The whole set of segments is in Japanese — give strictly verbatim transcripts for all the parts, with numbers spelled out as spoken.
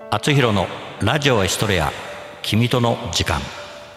厚弘のラジオエストレア、君との時間。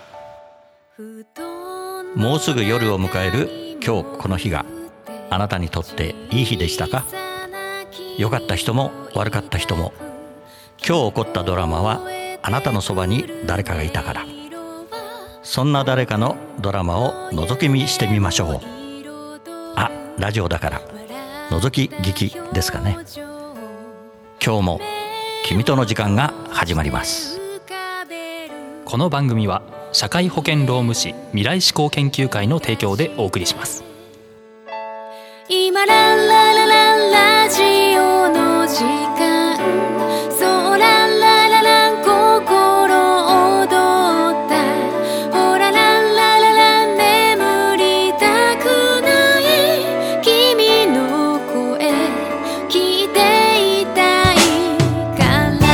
もうすぐ夜を迎える今日この日があなたにとっていい日でしたか？良かった人も悪かった人も、今日起こったドラマはあなたのそばに誰かがいたから。そんな誰かのドラマを覗き見してみましょう。あ、ラジオだから覗き聞きですかね。今日も君との時間が始まります。 この番組は社会保険労務士未来志向研究会の提供でお送りします。 今ランララランラジオの時間、そうランラララン心躍った、ほらランラララン眠りたくない君の声聞いていたいから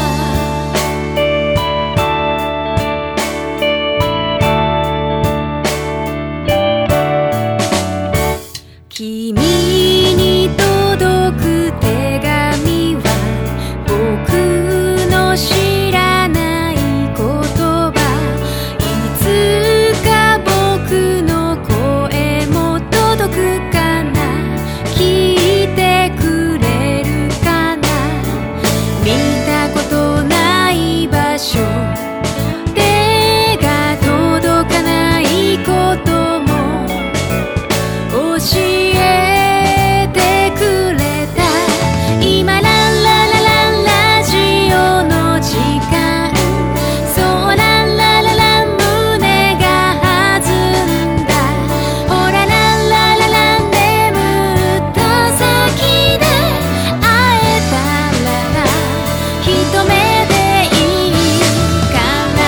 君に届く手紙は僕の知らない言葉、いつか僕の声も届くかな、聞いてくれるかな、見たことない場所、手が届かないことも教えてくれた。今ランララランラジオの時間、そうランラララン胸が弾んだ、ほらランラララン眠った先で会えたら一目でいいから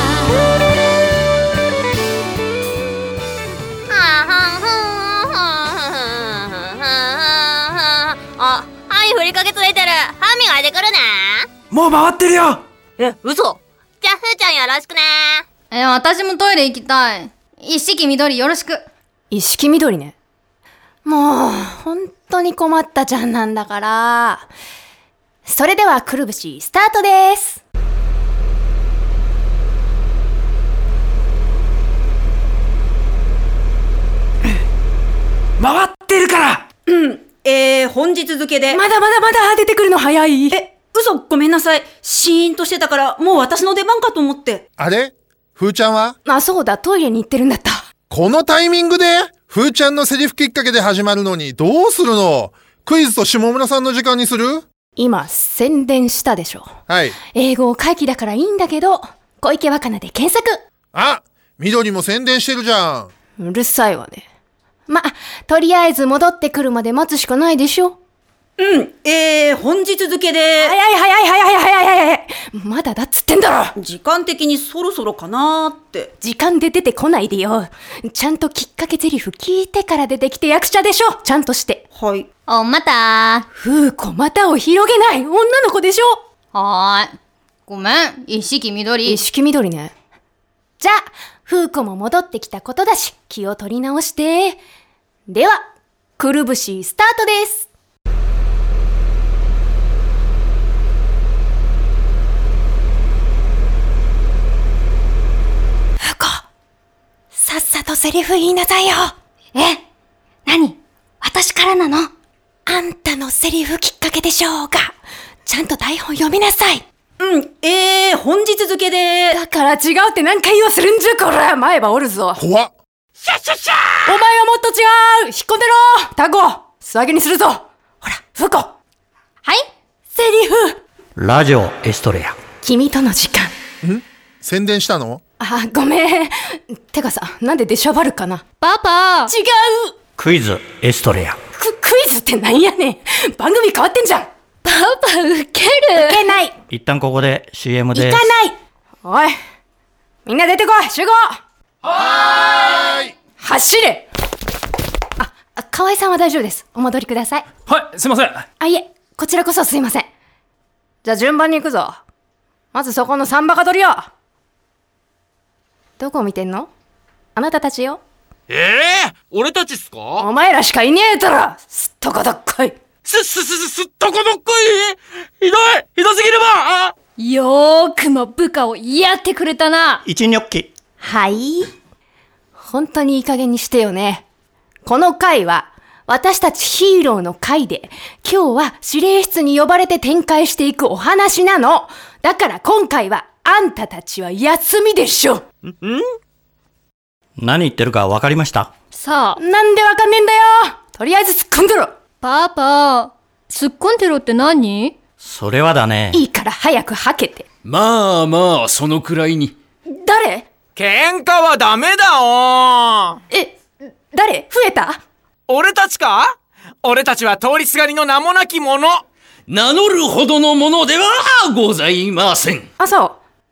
あ、はいふりかけついてる。歯磨いてくるね。 もう回ってるよ。 え、嘘。じゃあふーちゃんよろしくね。 え、私もトイレ行きたい。一式緑よろしく。 一式緑ね。もう本当に困ったちゃんなんだから。それではくるぶしスタートです。 回ってるから。 うん、えー、本日付で。 まだまだまだ出てくるの早い。 え、嘘、ごめんなさい。シーンとしてたから、もう私の出番かと思って。 あれ？ふーちゃんは？ あ、そうだ、トイレに行ってるんだった。 このタイミングでふーちゃんのセリフきっかけで始まるのにどうするの？クイズと下村さんの時間にする？ 今、宣伝したでしょ。 はい。 英語回帰だからいいんだけど、小池若菜で検索。 あ、緑も宣伝してるじゃん。 うるさいわね。ま、とりあえず戻ってくるまで待つしかないでしょ。 うん、えー、本日付で。 早い早い早い早い早い早い。まだだっつってんだろ。 時間的にそろそろかなーって。 時間で出てこないでよ。ちゃんときっかけ台詞聞いてから出てきて役者でしょ。ちゃんとして。 はい。 お、またふうこ、またを広げない。女の子でしょ。 はーい。ごめん、一式緑。 一式緑ね。じゃあ、ふうこも戻ってきたことだし、気を取り直して。では、くるぶしスタートです。ふうこ、さっさとセリフ言いなさいよ。 え、何？私からなの？ あんたのセリフきっかけでしょうが、ちゃんと台本読みなさい。 うん、えー、本日付で。 だから違うって何回言わするんじゃこら。前歯折るぞ。 怖っ。 シャッシャッシャー。お前はもっと違う。引っ込んでろ。タコ、素揚げにするぞ。ほら、フコ。はい、セリフ。 ラジオエストレア、 君との時間。 ん？宣伝したの？ あ、ごめん。てかさ、なんで出しゃばるかな。 パパ。 違う。 クイズエストレア。 ク、クイズってなんやねん。番組変わってんじゃん。 パパ、ウケる。 ウケない。 一旦ここで シーエム です。 行かない。おい、みんな出てこい。集合。 はーい。 走れ。あ、あ、河合さんは大丈夫です。お戻りください。 はい、すいません。 あ、いえ、こちらこそすいません。じゃあ順番に行くぞ。まずそこのサンバカ取りよ。どこを見てんの？あなたたちよ。 ええー、俺たちっすか？ お前らしかいねえだろ。すっとこどっこい。 す、す、す、すっとこどっこいひどいひどすぎるわ。 よーくも部下をやってくれたな。 一ニョッキ。 はい。本当にいい加減にしてよね。この回は、私たちヒーローの回で、今日は指令室に呼ばれて展開していくお話なの。だから今回は、あんたたちは休みでしょ。ん? 何言ってるか分かりました? さあ。 なんでわかんねえんだよ。とりあえず突っ込んでろ。 パパ、突っ込んでろって何? それはだね。 いいから早く吐けて。 まあまあ、そのくらいに。 誰? 喧嘩はダメだおー。 え、誰?増えた? 俺たちか?俺たちは通りすがりの名もなき者。 名乗るほどのものではございません。 あ、そう。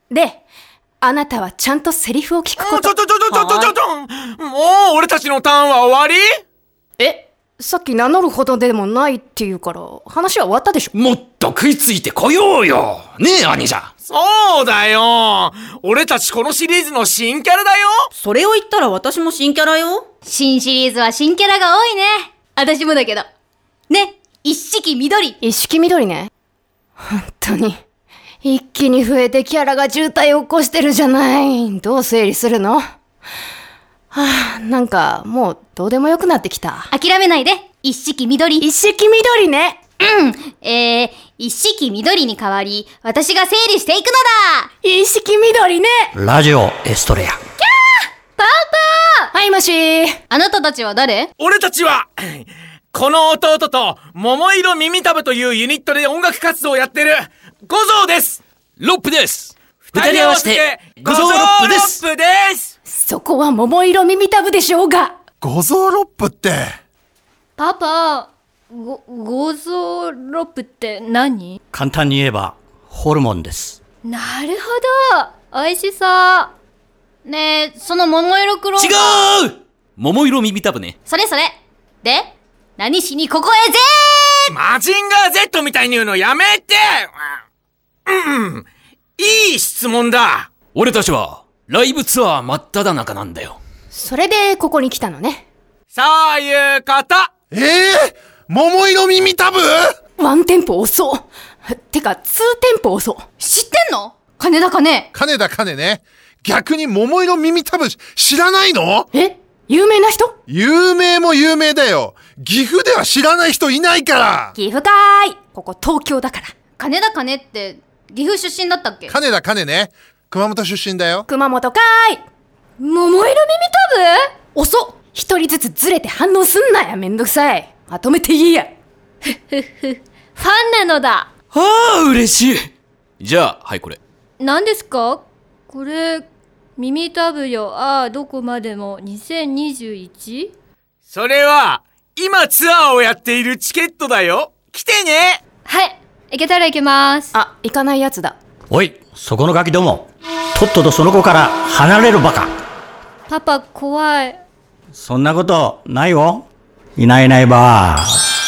で、あなたはちゃんとセリフを聞くこと。 ちょちょちょちょちょちょちょもう俺たちのターンは終わり? え、さっき名乗るほどでもないって言うから、話は終わったでしょ。 もっと食いついてこようよ。ねえ、兄者。 そうだよ。俺たちこのシリーズの新キャラだよ。 それを言ったら私も新キャラよ。 新シリーズは新キャラが多いね。私もだけど。ね、一色緑。 一色緑ね。本当に。一気に増えてキャラが渋滞を起こしてるじゃない。どう整理するの?はあ、なんか、もうどうでもよくなってきた。 諦めないで。一色緑。 一色緑ね。 うん。えー、一色緑に代わり、私が整理していくのだ。 一色緑ね。 ラジオエストレア。キャーパパはい、もしー。 あなたたちは誰? 俺たちは、この弟と桃色耳たぶというユニットで音楽活動をやってる五蔵です。 ロップです。 二人合わせて五蔵ロップです。ロップです。 そこは桃色耳たぶでしょうが。 五蔵ロップって。 パパ、ご、五蔵ロップって何? 簡単に言えば、ホルモンです。 なるほど。美味しそう。ねえ、その桃色クローバー。 違う!桃色耳たぶね。 それそれ。で、何しにここへぜーマジンガー Z みたいに言うのやめて。うん。いい質問だ。 俺たちは、ライブツアー真っ只中なんだよ。 それでここに来たのね。 そういうこと。 ええー、桃色耳たぶ? ワンテンポ遅っ。てか、ツーテンポ遅っ。 知ってんの?金田金。 金田金ね。逆に桃色耳たぶ知らないの? え?有名な人? 有名も有名だよ。岐阜では知らない人いないから。 岐阜かーい。ここ東京だから。 金田金って岐阜出身だったっけ? 金田金ね。熊本出身だよ。 熊本かーい。 桃色耳たぶ?遅っ。一人ずつずれて反応すんなや。めんどくさい。まとめていいや。 ふふふ。ファンなのだ。 ああ、嬉しい。じゃあ、はいこれ。 何ですか?これ、耳たぶよ、ああ、どこまでも にせんにじゅういち? それは、今ツアーをやっているチケットだよ。来てね。 はい、行けたら行けます。 あ、行かないやつだ。 おい、そこのガキども。とっととその子から離れるバカ。 パパ、怖い。 そんなことないよ。いないいないばわあ、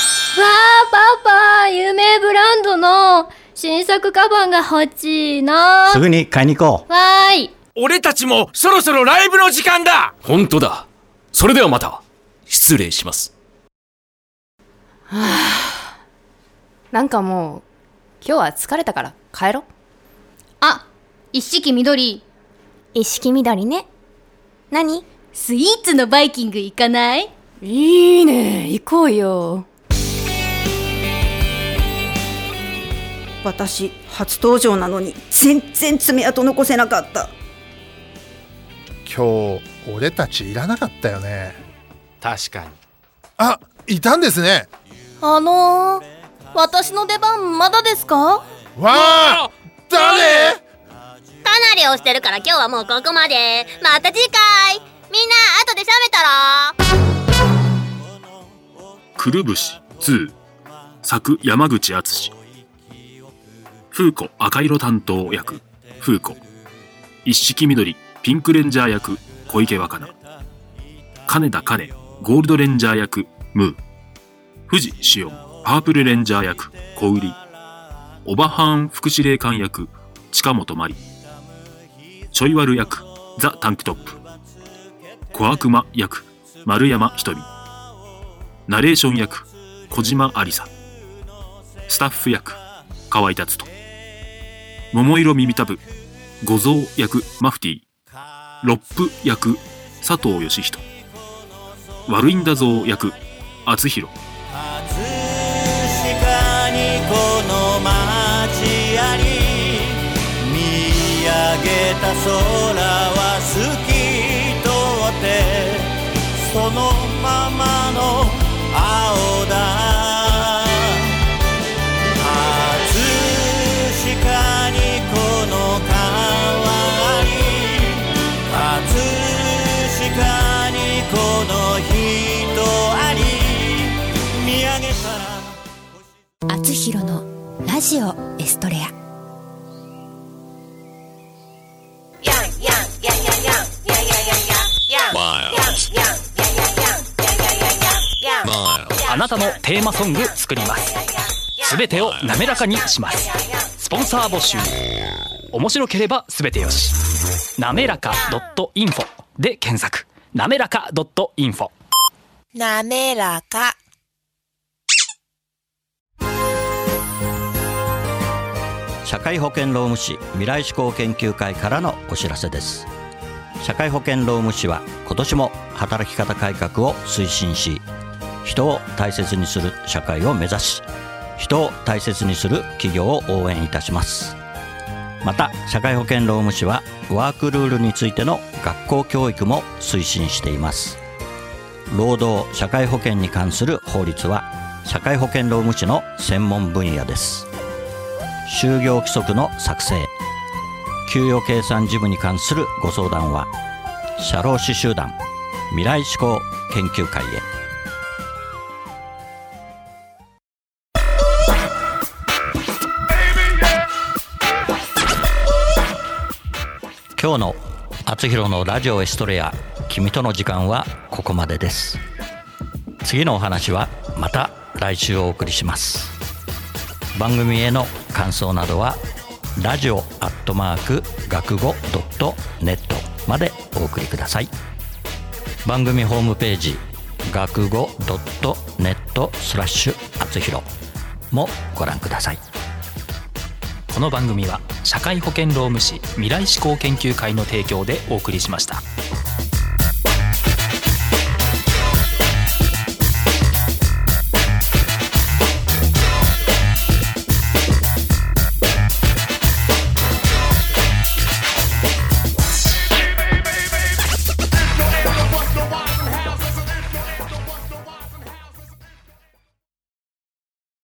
パパ、有名ブランドの新作カバンが欲しいな。 すぐに買いに行こう。 わーい。 俺たちもそろそろライブの時間だ。 ほんとだ。それではまた失礼します。 はあ、なんかもう今日は疲れたから帰ろ。 あ、一色緑。 一色緑ね。何? スイーツのバイキング行かない? いいね、行こうよ。 私初登場なのに全然爪痕残せなかった。 今日俺たちいらなかったよね。 確かに。 あ、いたんですね。 あのー、私の出番まだですか? わあ、誰? かなり押してるから今日はもうここまで。また次回。みんな後で喋ったろ。 くるぶしに作山口敦、風子赤色担当役風子、一色緑ピンクレンジャー役小池若菜、金田金ゴールドレンジャー役ムー、藤志音パープルレンジャー役小売、オバハーン副司令官役近本麻里、ちょい悪役ザ・タンクトップ、小悪魔役丸山ひとみ、ナレーション役小島ありさ、 スタッフ役河合達人、桃色耳たぶ五蔵役マフティ、ロップ役佐藤義人、悪いんだぞー役厚弘。 確かにこの街あり、見上げた空は透き通って、そのままの青だ。確かにこの川に、確かにこの人あり、見上げたら厚弘のラジオエストレア。 あなたのテーマソング作ります。すべてを滑らかにします。スポンサー募集。面白ければすべてよし。なめらか .info で検索。なめらか .info。 なめらか。 社会保険労務士未来志向研究会からのお知らせです。社会保険労務士は今年も働き方改革を推進し、人を大切にする社会を目指し、人を大切にする企業を応援いたします。また社会保険労務士はワークルールについての学校教育も推進しています。労働社会保険に関する法律は社会保険労務士の専門分野です。就業規則の作成、給与計算事務に関するご相談は社労士集団未来志向研究会へ。今日の厚弘のラジオエストレア、君との時間はここまでです。次のお話はまた来週お送りします。番組への感想などはラジオアットマーク学語ドットネットまでお送りください。番組ホームページ学語ドットネットスラッシュ厚弘もご覧ください。 この番組は社会保険労務士未来志向研究会の提供でお送りしました。